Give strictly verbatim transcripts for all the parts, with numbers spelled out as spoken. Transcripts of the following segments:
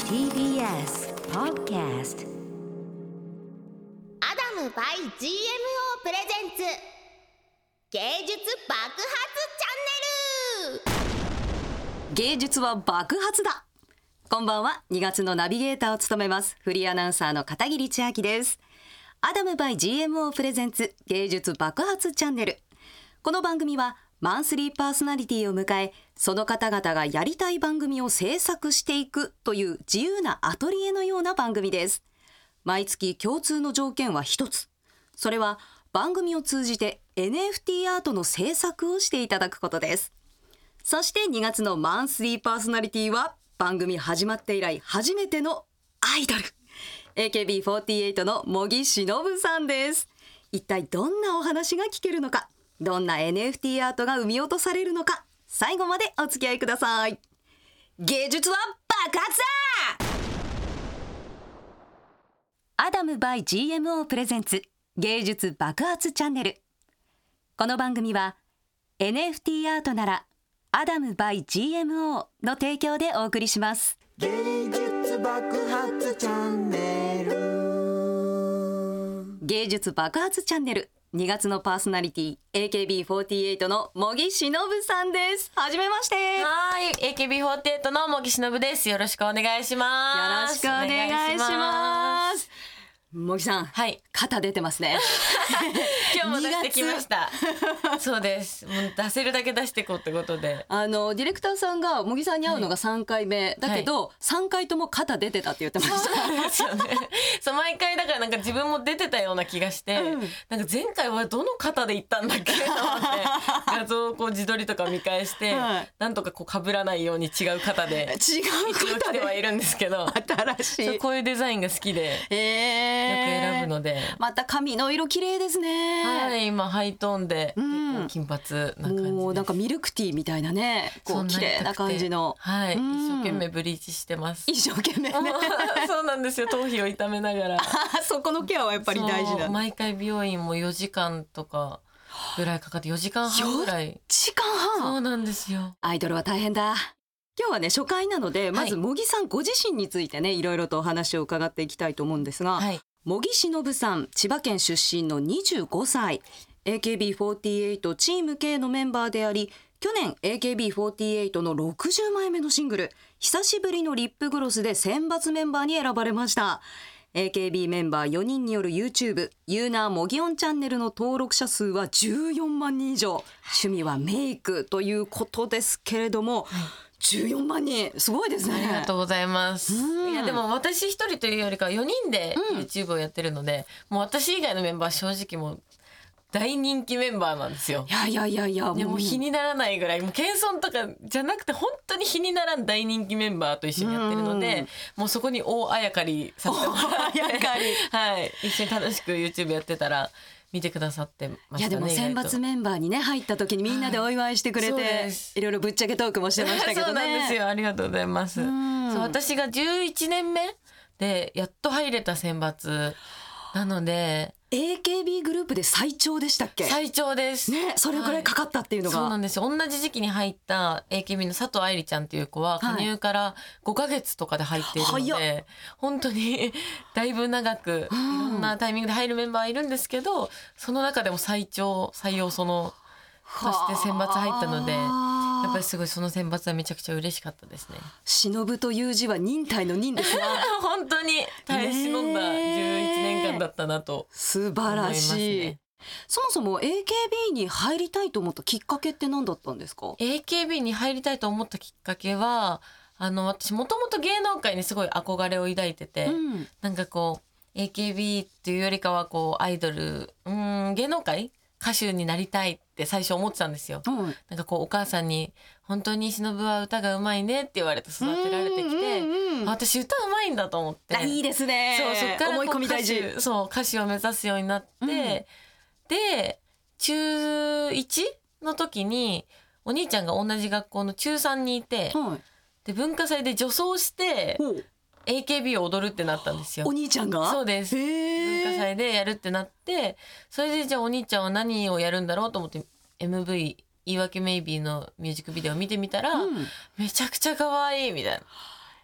ティービーエス Podcast アダム by ジーエムオー プレゼンツ芸術爆発チャンネル。 芸術は爆発だ。こんばんは。にがつのナビゲーターを務めますフリーアナウンサーの片桐千秋です。アダム by ジーエムオー プレゼンツ芸術爆発チャンネル。この番組はマンスリーパーソナリティを迎え、その方々がやりたい番組を制作していくという自由なアトリエのような番組です。毎月共通の条件は一つ。それは番組を通じて エヌエフティー アートの制作をしていただくことです。そしてにがつのマンスリーパーソナリティは番組始まって以来初めてのアイドル エーケービーフォーティーエイト の茂木しのぶさんです。一体どんなお話が聞けるのか、どんな エヌエフティー アートが生み落とされるのか、最後までお付き合いください。芸術は爆発だ。アダム by ジーエムオー プレゼンツ芸術爆発チャンネル。この番組は エヌエフティー アートならアダム by ジーエムオー の提供でお送りします。 芸術爆発チャンネル。 芸術爆発チャンネル、にがつのパーソナリティ エーケービーフォーティーエイト の茂木しのぶさんです。はじめまして。 はい、エーケービーフォーティーエイト の茂木しのぶです。よろしくお願いします。 よろしくお願いします。茂木さん、 はい、 肩出てますね。 今日も出してきました。そうです。もう出せるだけ出していこうってことで。 あのディレクターさんが茂木さんに会うのがさんかいめ、はい、だけど、はい、さんかいとも肩出てたって言ってました。 そうなんですよね。そう、毎回だからなんか自分も出てたような気がして、うん、なんか前回はどの肩で行ったんだっけと思って画像をこう自撮りとか見返して、はい、なんとかこう被らないように違う肩で違う肩ではいるんですけど、 新しい。 そう、こういうデザインが好きで、えー、よく選ぶので。 また髪の色綺麗ですね。 はい、今ハイトーンで、うん、結構金髪な感じです。 もうなんかミルクティーみたいなね、こう綺麗な感じの。 はい、うん、一生懸命ブリーチしてます。 一生懸命ね。 そうなんですよ。頭皮を痛めながら。 そこのケアはやっぱり大事だ。 毎回美容院もよじかんとかぐらいかかって、よじかんはんぐらい。 よじかんはん。 そうなんですよ。 アイドルは大変だ。今日はね、初回なのでまず茂木さんご自身についてね、いろいろとお話を伺っていきたいと思うんですが、はい、茂木しのぶさん、千葉県出身のにじゅうごさい、 エーケービーフォーティーエイト チーム K のメンバーであり、去年 エーケービーフォーティーエイト のろくじゅうまいめのシングル久しぶりのリップグロスで選抜メンバーに選ばれました。 エーケービー メンバーよにんによる YouTube ユーナーモギオンチャンネルの登録者数はじゅうよんまんにん以上。趣味はメイクということですけれども、はい、じゅうよんまんにん、すごいですね。 ありがとうございます。いやでも私一人というよりかはよにんで YouTube をやってるので、うん、もう私以外のメンバー正直もう大人気メンバーなんですよ。 いやいやいやいや、 もう、もう比にならないぐらい、もう謙遜とかじゃなくて本当に比にならん大人気メンバーと一緒にやってるので、もうそこに大あやかりさせてもらって、 大あやかりはい、一緒に楽しく YouTube やってたら見てくださってましたね。 いやでも選抜メンバーにね入った時にみんなでお祝いしてくれて、はい、いろいろぶっちゃけトークもしてましたけどね。 そうなんですよ。ありがとうございます。そう、私がじゅういちねんめでやっと入れた選抜なので、 エーケービー グループで最長でしたっけ？ 最長ですね。それぐらいかかったっていうのが、 はい、そうなんですよ。同じ時期に入った エーケービー の佐藤愛理ちゃんっていう子は加入からごかげつとかで入っているので、はい、本当にだいぶ長くいろんなタイミングで入るメンバーいるんですけど、その中でも最長採用そのとして選抜入ったので、やっぱりすごいその選抜はめちゃくちゃ嬉しかったですね。 忍ぶという字は忍耐の忍ですが本当に耐え忍んだじゅういちねんかんだったなと、 素晴らしい、ね、そもそも エーケービー に入りたいと思ったきっかけって何だったんですか？ エーケービー に入りたいと思ったきっかけは、あの私もともと芸能界にすごい憧れを抱いてて、うん、なんかこう エーケービー っていうよりかはこうアイドル、うーん芸能界歌手になりたいって最初思ってたんですよ、うん、なんかこうお母さんに本当に忍は歌がうまいねって言われて育てられてきて、うんうん、私歌うまいんだと思って、 いいですね。 そう、そっから思い込み大事。 そう、歌手を目指すようになって、うん、でちゅういちの時にお兄ちゃんが同じ学校のちゅうさんにいて、はい、で文化祭で女装してエーケービー を踊るってなったんですよ。 お兄ちゃんが？ そうです。文化祭でやるってなって、それでじゃあお兄ちゃんは何をやるんだろうと思って エムブイ 言い訳メイビーのミュージックビデオを見てみたら、うん、めちゃくちゃ可愛いみたいな。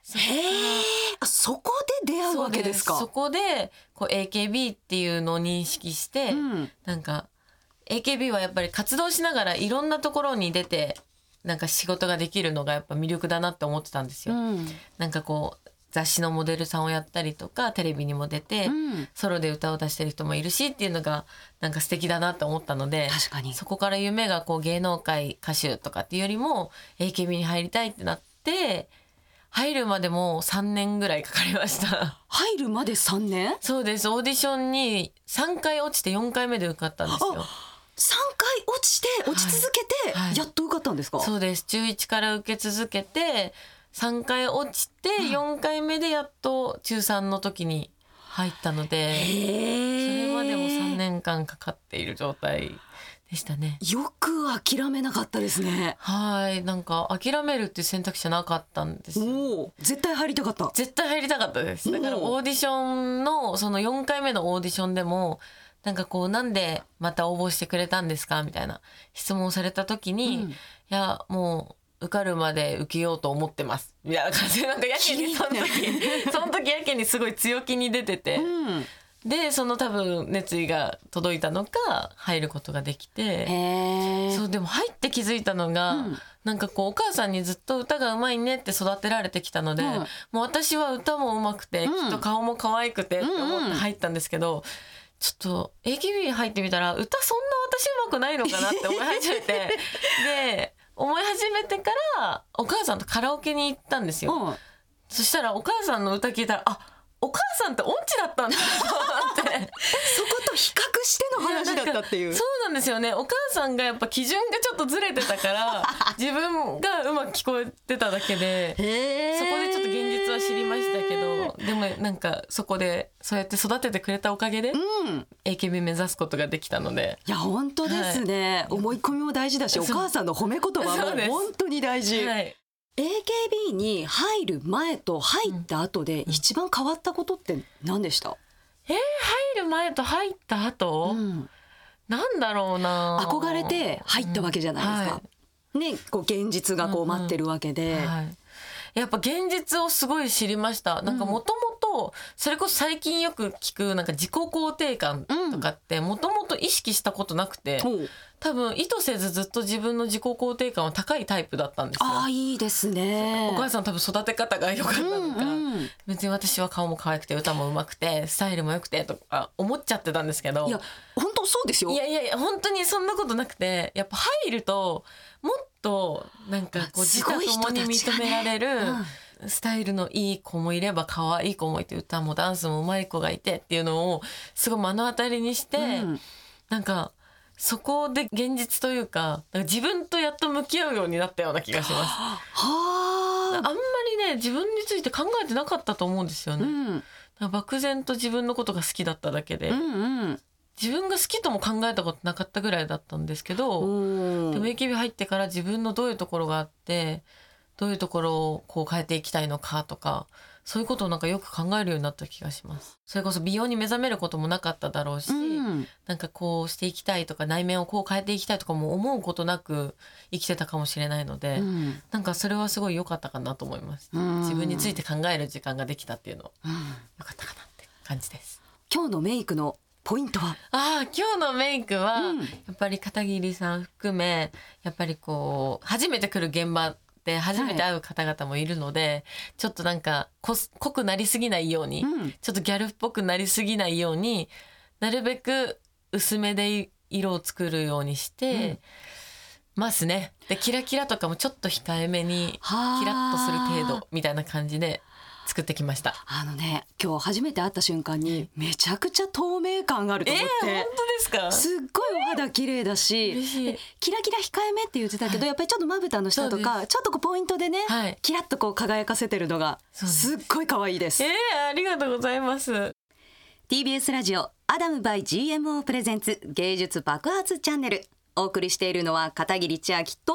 そこからへえ、あ、そこで出会うわけですか。 そうです。そこでこう エーケービー っていうのを認識して、 うん、 なんか エーケービー はやっぱり活動しながらいろんなところに出てなんか仕事ができるのがやっぱ魅力だなって思ってたんですよ。 うん、 なんかこう雑誌のモデルさんをやったりとかテレビにも出て、 うん、 ソロで歌を出してる人もいるしっていうのがなんか素敵だなって思ったので、 確かにそこから夢がこう芸能界歌手とかっていうよりも エーケービー に入りたいってなって、入るまでもさんねんぐらいかかりました入るまでさんねん。 そうです。オーディションにさんかい落ちてよんかいめで受かったんですよ。 さんかい落ちて落ち続けて、 はいはい、 やっと受かったんですか。 そうです。中いちから受け続けてさんかい落ちてよんかいめでやっと中さんの時に入ったので、 へそれまでもさんねんかんかかっている状態でしたね。 よく諦めなかったですね。 はい、なんか諦めるっていう選択肢はなかったんですよ。 お、絶対入りたかった。 絶対入りたかったです。だからオーディションのそのよんかいめのオーディションでもなんかこうなんでまた応募してくれたんですかみたいな質問をされた時に、うん、いやもう受かるまで受けようと思ってますみたいな感じで、なんかやけにその時その時やけにすごい強気に出てて、うん、でその多分熱意が届いたのか入ることができて、そうでも入って気づいたのが、うん、なんかこうお母さんにずっと歌がうまいねって育てられてきたので、うん、もう私は歌もうまくて、うん、きっと顔も可愛くてって思って入ったんですけど、うんうん、ちょっと エーケービー に入ってみたら歌そんな私うまくないのかなって思い始めてで思い始めてからお母さんとカラオケに行ったんですよ、うん、そしたらお母さんの歌聞いたら、あ、お母さんって音痴だったんだと思ってそこと比較しての話だったっていう。 そうなんですよね。お母さんがやっぱ基準がちょっとずれてたから自分がうまく聞こえてただけで、そこでちょっと現実は知りましたけど、でもなんかそこでそうやって育ててくれたおかげで、うん、エーケービー 目指すことができたので。 いや本当ですね、はい、思い込みも大事だし、お母さんの褒め言葉も本当に大事。はい、エーケービー に入る前と入った後で一番変わったことって何でした？ えー、入る前と入った後、うん、なんだろうな。 憧れて入ったわけじゃないですか、うん、はい、ね、こう現実がこう待ってるわけで、うんうん、はい、 やっぱ現実をすごい知りました。なんかもともとそれこそ最近よく聞くなんか自己肯定感とかってもともと意識したことなくて、うん、多分意図せずずっと自分の自己肯定感は高いタイプだったんですよ。 あ、いいですね。 お母さん多分育て方が良かったのか、うんうん、別に私は顔も可愛くて歌も上手くてスタイルも良くてとか思っちゃってたんですけど、 いや本当そうですよ。 いやいやいや本当にそんなことなくて、やっぱ入るともっとなんかこう自他ともに認められる、スタイルのいい子もいれば可愛い子もいて歌もダンスも上手い子がいてっていうのをすごい目の当たりにして、うん、なんかそこで現実というか自分とやっと向き合うようになったような気がします。はあ、あんまりね自分について考えてなかったと思うんですよね、うん、漠然と自分のことが好きだっただけで、うんうん、自分が好きとも考えたことなかったぐらいだったんですけど、でも エーケービー 入ってから自分のどういうところがあってどういうところをこう変えていきたいのかとか、そういうことをなんかよく考えるようになった気がします。それこそ美容に目覚めることもなかっただろうし、うん、なんかこうしていきたいとか内面をこう変えていきたいとかも思うことなく生きてたかもしれないので、うん、なんかそれはすごい良かったかなと思います、うん、自分について考える時間ができたっていうの、うん、良かったかなって感じです。 今日のメイクのポイントは？ ああ、今日のメイクは、うん、やっぱり片桐さん含めやっぱりこう初めて来る現場で初めて会う方々もいるので、はい、ちょっとなんか濃くなりすぎないように、うん、ちょっとギャルっぽくなりすぎないようになるべく薄めで色を作るようにしてますね、うん、でキラキラとかもちょっと控えめにキラッとする程度みたいな感じで作ってきました。 あのね、今日初めて会った瞬間にめちゃくちゃ透明感があると思って、 えー、本当ですか？ すっごいお肌綺麗だし、えー、キラキラ控えめって言ってたけど、はい、やっぱりちょっとまぶたの下とかちょっとこうポイントでね、はい、キラッとこう輝かせてるのがすっごい可愛いです。 えー、ありがとうございます。 ティービーエス ラジオアダム by ジーエムオー プレゼンツ芸術爆発チャンネル、お送りしているのは片桐千秋と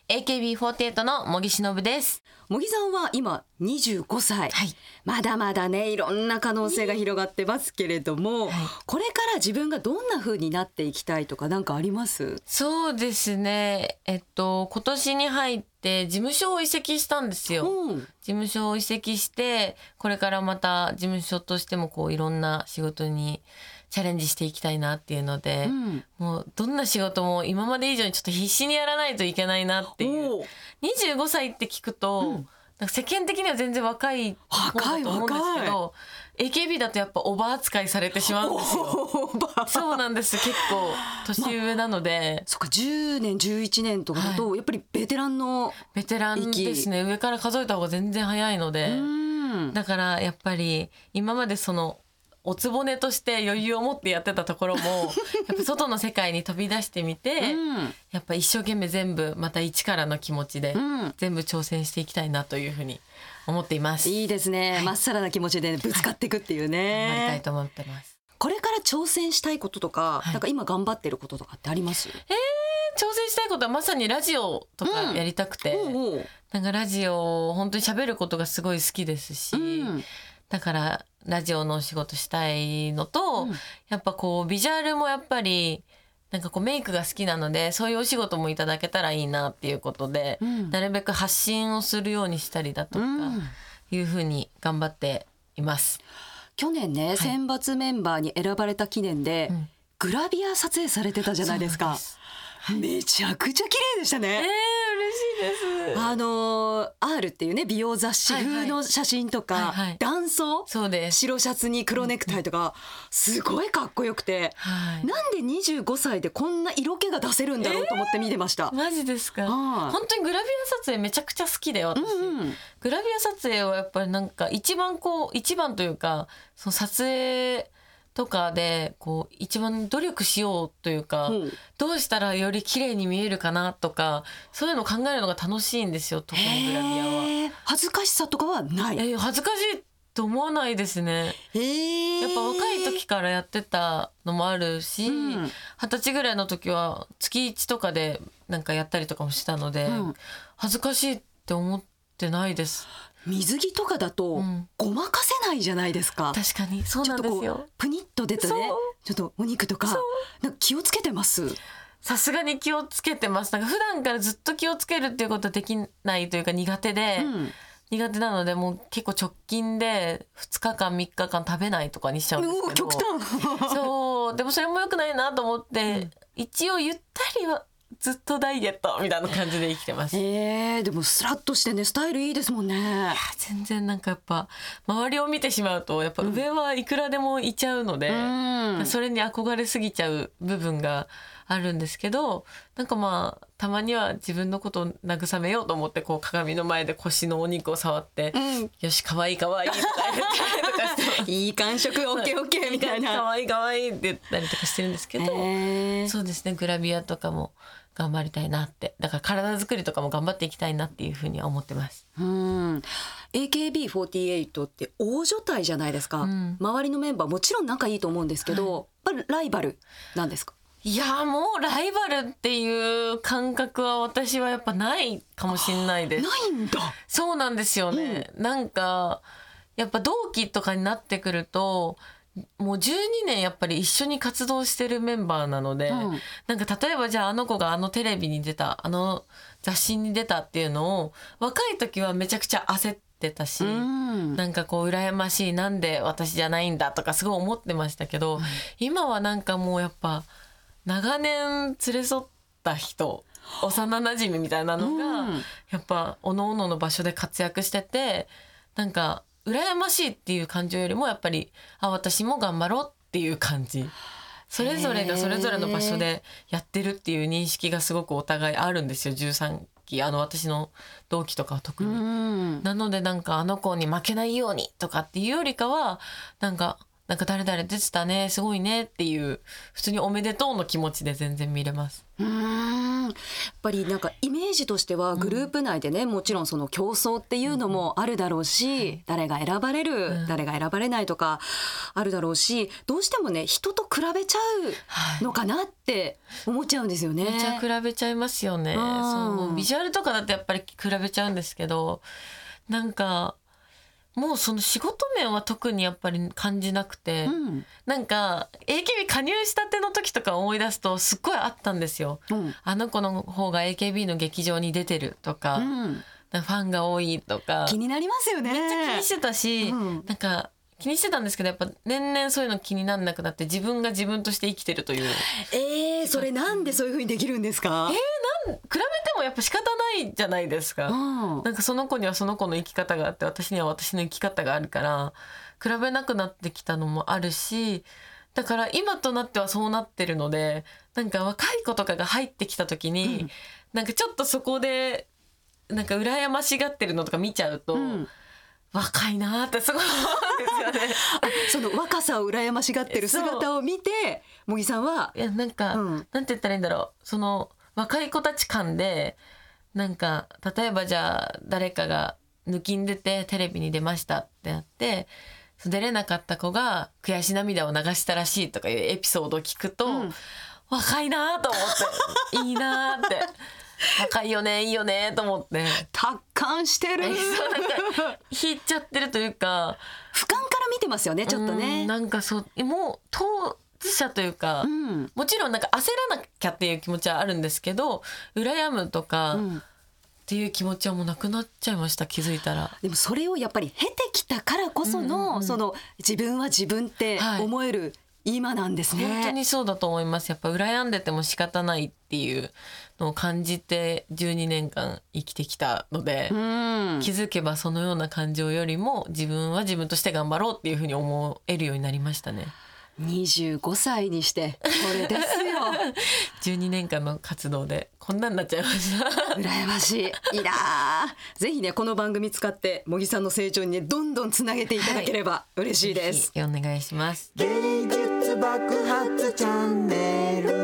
エーケービーフォーティーエイト の茂木忍です。 茂木さんは今にじゅうごさい、 はい、 まだまだねいろんな可能性が広がってますけれども、はい、これから自分がどんな風になっていきたいとか何かあります？ そうですね、えっと今年に入って事務所を移籍したんですよ、うん、事務所を移籍してこれからまた事務所としてもこういろんな仕事にチャレンジしていきたいなっていうので、うん、もうどんな仕事も今まで以上にちょっと必死にやらないといけないなっていう。にじゅうごさいって聞くと、うん、なんか世間的には全然若い方だと思うんですけど エーケービー だとやっぱおば扱いされてしまうんですよ。そうなんです、結構年上なので、 ま、そっかじゅうねんじゅういちねんとかだと、はい、やっぱりベテランのベテランですね。上から数えた方が全然早いので、だからやっぱり今までそのおつぼねとして余裕を持ってやってたところもやっぱ外の世界に飛び出してみて、うん、やっぱ一生懸命全部また一からの気持ちで全部挑戦していきたいなというふうに思っています。 いいですね、はい、まっさらな気持ちでぶつかっていくっていうね、 はい、頑張りたいと思ってます。 これから挑戦したいこととか、はい、なんか今頑張ってることとかってあります？ えー、挑戦したいことはまさにラジオとかやりたくて、うんおうおう、なんかラジオ本当に喋ることがすごい好きですし、うん、だからラジオのお仕事したいのと、うん、やっぱこうビジュアルもやっぱりなんかこうメイクが好きなのでそういうお仕事もいただけたらいいなっていうことで、うん、なるべく発信をするようにしたりだとか、うん、いうふうに頑張っています。 去年ね、はい、選抜メンバーに選ばれた記念で、うん、グラビア撮影されてたじゃないですか。めちゃくちゃ綺麗でしたね。 えー、嬉しいです。 あのー、R っていうね美容雑誌風の写真とか、はいはい、男装、 そうです、 白シャツに黒ネクタイとか、うん、すごいかっこよくて、はい、なんでにじゅうごさいでこんな色気が出せるんだろうと思って見てました、 えー、マジですか、はあ、本当にグラビア撮影めちゃくちゃ好きで私、うんうん、グラビア撮影はやっぱりなんか一番こう一番というかその撮影とかでこう一番努力しようというか、うん、どうしたらより綺麗に見えるかなとかそういうのを考えるのが楽しいんですよ。特にグラビアは恥ずかしさとかはない？ えー、恥ずかしいと思わないですね。やっぱ若い時からやってたのもあるし、うん、はたちぐらいの時は月いちとかでなんかやったりとかもしたので、うん、恥ずかしいって思ってないです。 水着とかだとごまかせないじゃないですか、うん、 確かにそうなんですよ。 ちょっとこうプニッと出たねちょっとお肉とかなんか気をつけてます？ さすがに気をつけてます。なんか普段からずっと気をつけるっていうことはできないというか苦手で、うん、苦手なのでもう結構直近でふつかかんみっかかん食べないとかにしちゃうんですけど、 極端そうでもそれも良くないなと思って、うん、一応ゆったりはずっとダイエットみたいな感じで生きてます。 えー、でもスラッとしてねスタイルいいですもんね。いや全然なんかやっぱ周りを見てしまうとやっぱ上はいくらでもいちゃうので、うん、それに憧れすぎちゃう部分があるんですけど、なんかまあたまには自分のことを慰めようと思ってこう鏡の前で腰のお肉を触って、うん、よし可愛い可愛いとか言ったりとかしてますいい感触オッケーオッケーみたいな可愛い可愛いって言ったりとかしてるんですけど、えー、そうですねグラビアとかも頑張りたいなって、だから体作りとかも頑張っていきたいなっていうふうには思ってます。 うん エーケービーフォーティーエイト って大所帯じゃないですか、うん、周りのメンバーもちろん仲いいと思うんですけど、はい、やっぱりライバルなんですか？ いやもうライバルっていう感覚は私はやっぱないかもしれないです。 ないんだ。 そうなんですよね、うん、なんかやっぱ同期とかになってくるともうじゅうにねんやっぱり一緒に活動してるメンバーなので、うん、なんか例えばじゃああの子があのテレビに出たあの雑誌に出たっていうのを若い時はめちゃくちゃ焦ってたし、うん、なんかこう羨ましいなんで私じゃないんだとかすごい思ってましたけど、うん、今はなんかもうやっぱ長年連れ添った人幼なじみみたいなのが、うん、やっぱ各々の場所で活躍しててなんか羨ましいっていう感情よりもやっぱりあ私も頑張ろうっていう感じ、それぞれがそれぞれの場所でやってるっていう認識がすごくお互いあるんですよ。じゅうさんきあの私の同期とかは特になのでなんかあの子に負けないようにとかっていうよりかはなんかなんか誰々出てたねすごいねっていう普通におめでとうの気持ちで全然見れます。 うーんやっぱりなんかイメージとしてはグループ内でね、うん、もちろんその競争っていうのもあるだろうし、うん、誰が選ばれる、うん、誰が選ばれないとかあるだろうし、どうしてもね人と比べちゃうのかなって思っちゃうんですよね、 はい、めちゃ比べちゃいますよね、うん、そうビジュアルとかだとやっぱり比べちゃうんですけど、なんかもうその仕事面は特にやっぱり感じなくて、うん、なんか エーケービー 加入したての時とか思い出すとすっごいあったんですよ、うん、あの子の方が エーケービー の劇場に出てるとか、うん、ファンが多いとか気になりますよね。 めっちゃ気にしてたし、うん、なんか気にしてたんですけどやっぱ年々そういうの気にならなくなって自分が自分として生きてるという。 えー、それなんでそういう風にできるんですか？ えー比べてもやっぱ仕方ないじゃないですか、うん、なんかその子にはその子の生き方があって私には私の生き方があるから比べなくなってきたのもあるし、だから今となってはそうなってるので、なんか若い子とかが入ってきた時に、うん、なんかちょっとそこでなんか羨ましがってるのとか見ちゃうと、うん、若いなってすごい思うんですよねその若さを羨ましがってる姿を見て茂木さんはいやなんか、うん、なんて言ったらいいんだろう、その若い子たち間でなんか例えばじゃあ誰かが抜きん出てテレビに出ましたってなって出れなかった子が悔し涙を流したらしいとかいうエピソードを聞くと、うん、若いなと思っていいなって若いよねいいよねと思って達観してるそうなんか引いちゃってるというか俯瞰から見てますよねちょっとね、 うん、なんかそうもう当者というか、うん、もちろんなんか焦らなきゃっていう気持ちはあるんですけど羨むとかっていう気持ちはもうなくなっちゃいました、気づいたら。 でもそれをやっぱり経てきたからこその、うんうん、その自分は自分って思える、はい、今なんですね。 本当にそうだと思います。やっぱ羨んでても仕方ないっていうのを感じてじゅうにねんかん生きてきたので、うん、気づけばそのような感情よりも自分は自分として頑張ろうっていうふうに思えるようになりましたね。 にじゅうごさいにしてこれですよじゅうにねんかんの活動でこんなになっちゃいました羨ましい。いいなぜひねこの番組使って茂木さんの成長にねどんどんつなげていただければ嬉しいです、 はい、お願いします。 芸術爆発チャンネル。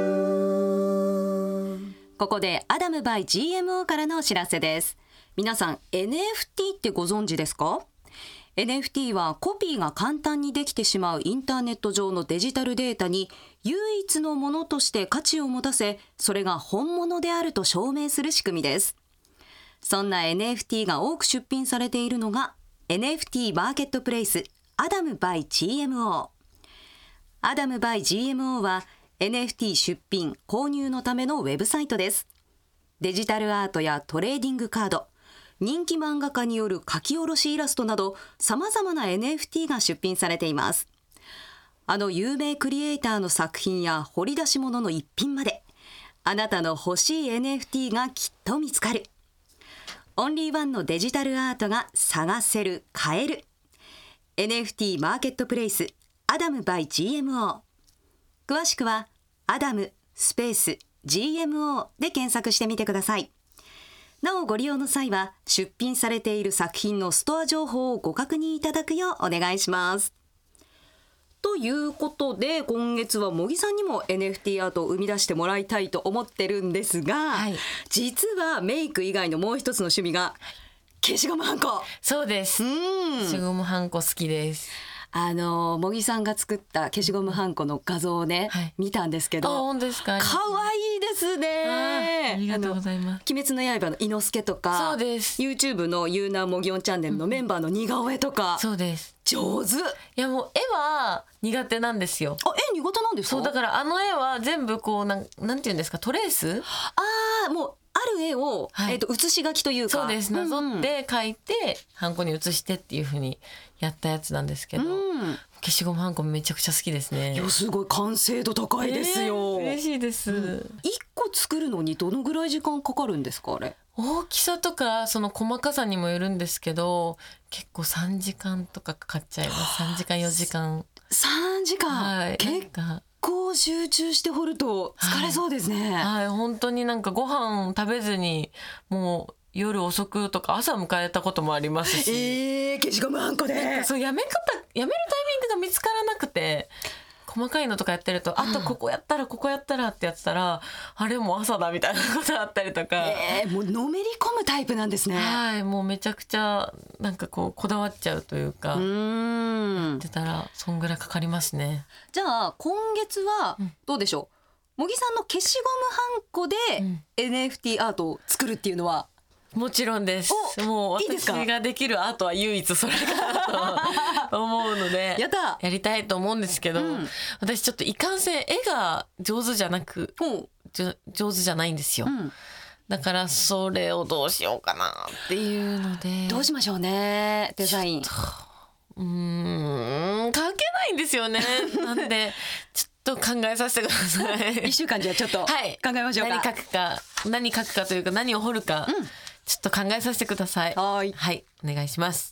ここでアダム by ジーエムオー からのお知らせです。皆さん エヌエフティー ってご存知ですか？エヌエフティー はコピーが簡単にできてしまうインターネット上のデジタルデータに唯一のものとして価値を持たせ、それが本物であると証明する仕組みです。そんな エヌエフティー が多く出品されているのが エヌエフティー マーケットプレイスアダム by ジーエムオー。アダム by ジーエムオー は エヌエフティー 出品・購入のためのウェブサイトです。デジタルアートやトレーディングカード、人気漫画家による書き下ろしイラストなど様々な エヌエフティー が出品されています。あの有名クリエイターの作品や掘り出し物の一品まで、あなたの欲しい エヌエフティー がきっと見つかる。オンリーワンのデジタルアートが探せる、買える。エヌエフティー マーケットプレイスアダム by ジーエムオー。詳しくはアダムスペース ジーエムオー で検索してみてください。なおご利用の際は出品されている作品のストア情報をご確認いただくようお願いします。ということで今月は茂木さんにも エヌエフティー アートを生み出してもらいたいと思ってるんですが、はい、実はメイク以外のもう一つの趣味が消しゴムはんこ。 そうです。消しゴムはんこ好きです。 あの茂木さんが作った消しゴムはんこの画像をね、はい、見たんですけど、 あ、本当ですか。 可愛いですね。 ありがとうございます。 鬼滅の刃の伊之助とか、 そうです。 YouTube のゆうなもぎょんチャンネルのメンバーの似顔絵とか、 うん、そうです。 上手。いやもう絵は苦手なんですよ。 あ、絵苦手なんですか。 そうだからあの絵は全部こうなんなんていうんですか、トレース。 ああ、もうある絵を、はい、えーと写し書きというか、 そうです、なぞって描いてはんこに写してっていう風にやったやつなんですけど、うん、消しゴムはんこめちゃくちゃ好きですね。 いやすごい完成度高いですよ、 えー、嬉しいです、うん、 いっこ作るのにどのぐらい時間かかるんですか。あれ大きさとかその細かさにもよるんですけど結構さんじかんとかかかっちゃいます。さんじかんよじかん。 さんじかん、はい、結構集中して彫ると疲れそうですね。 はい、はい、本当になんかご飯食べずにもう夜遅くとか朝迎えたこともありますし、 えー、消しゴムはんこでそうやめ方やめるタイミングが見つからなくて、細かいのとかやってると、あとここやったらここやったらってやってたら、あれもう朝だみたいなことあったりとか、 えー、もうのめり込むタイプなんですね。 はい、もうめちゃくちゃなんかこうこだわっちゃうというか、 うーんってたらそんぐらいかかりますね。 じゃあ今月はどうでしょう、茂木さんの消しゴムはんこで エヌエフティー アートを作るっていうのは、 もちろんです。 おもういいですか私ができるアートは唯一それかなと思うのでやったやりたいと思うんですけど、うん、私ちょっといかんせん絵が上手じゃなくじょ上手じゃないんですよ、うん、だからそれをどうしようかなっていうので、 どうしましょうね、デザイン。 うーん、書けないんですよね。なんでちょっと考えさせてください。 いっしゅうかんじゃちょっと考えましょうか、 はい、何書くか何書くかというか何を彫るか、うん、ちょっと考えさせてください。 はい、 はい、お願いします。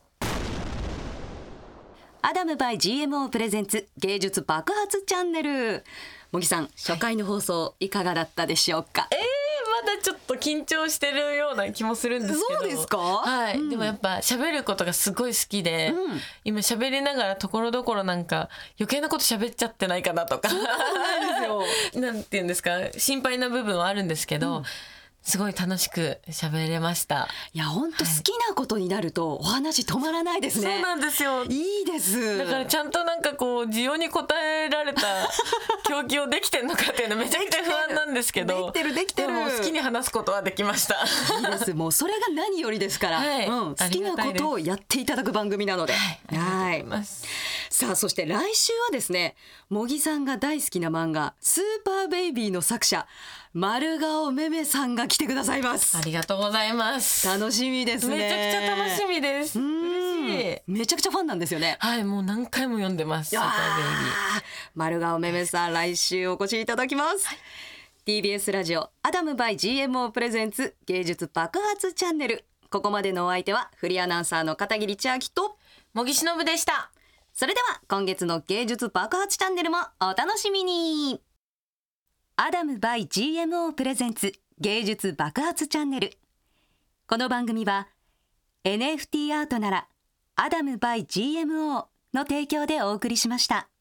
アダム by ジーエムオー プレゼンツ芸術爆発チャンネル。茂木さん、初回の放送いかがだったでしょうか？ えーまだちょっと緊張してるような気もするんですけど。 そうですか？ はい、 うん、 でもやっぱ喋ることがすごい好きで、うん、今喋りながらところどころなんか余計なこと喋っちゃってないかなとか、 そうなんですよ。 なんていうんですか、心配な部分はあるんですけど、うん、すごい楽しく喋れました。 いや本当好きなことになるとお話止まらないですね。 そうなんですよ。 いいです。 だからちゃんとなんかこう需要に応えられた狂気をできてんのかっていうのめちゃくちゃ不安なんですけど、 できてるできてる。 でも好きに話すことはできました。 いいです。もうそれが何よりですから、はい、うん、好きなことをやっていただく番組なので、はい、 ありがとうございます。 さあそして来週はですね、茂木さんが大好きな漫画スーパーベイビーの作者丸顔めめさんが来てくださいます。 ありがとうございます。 楽しみですね。 めちゃくちゃ楽しみです。嬉しい。 めちゃくちゃファンなんですよね。 はい、もう何回も読んでます。スーパーベイビー。 丸顔めめさん、来週お越しいただきます。はい、ティービーエス ラジオアダム by ジーエムオー プレゼンツ芸術爆発チャンネル。ここまでのお相手はフリーアナウンサーの片桐千秋と茂木忍でした。 それでは今月の芸術爆発チャンネルもお楽しみに。アダム by ジーエムオー プレゼンツ芸術爆発チャンネル。この番組は エヌエフティー アートならアダム by ジーエムオー の提供でお送りしました。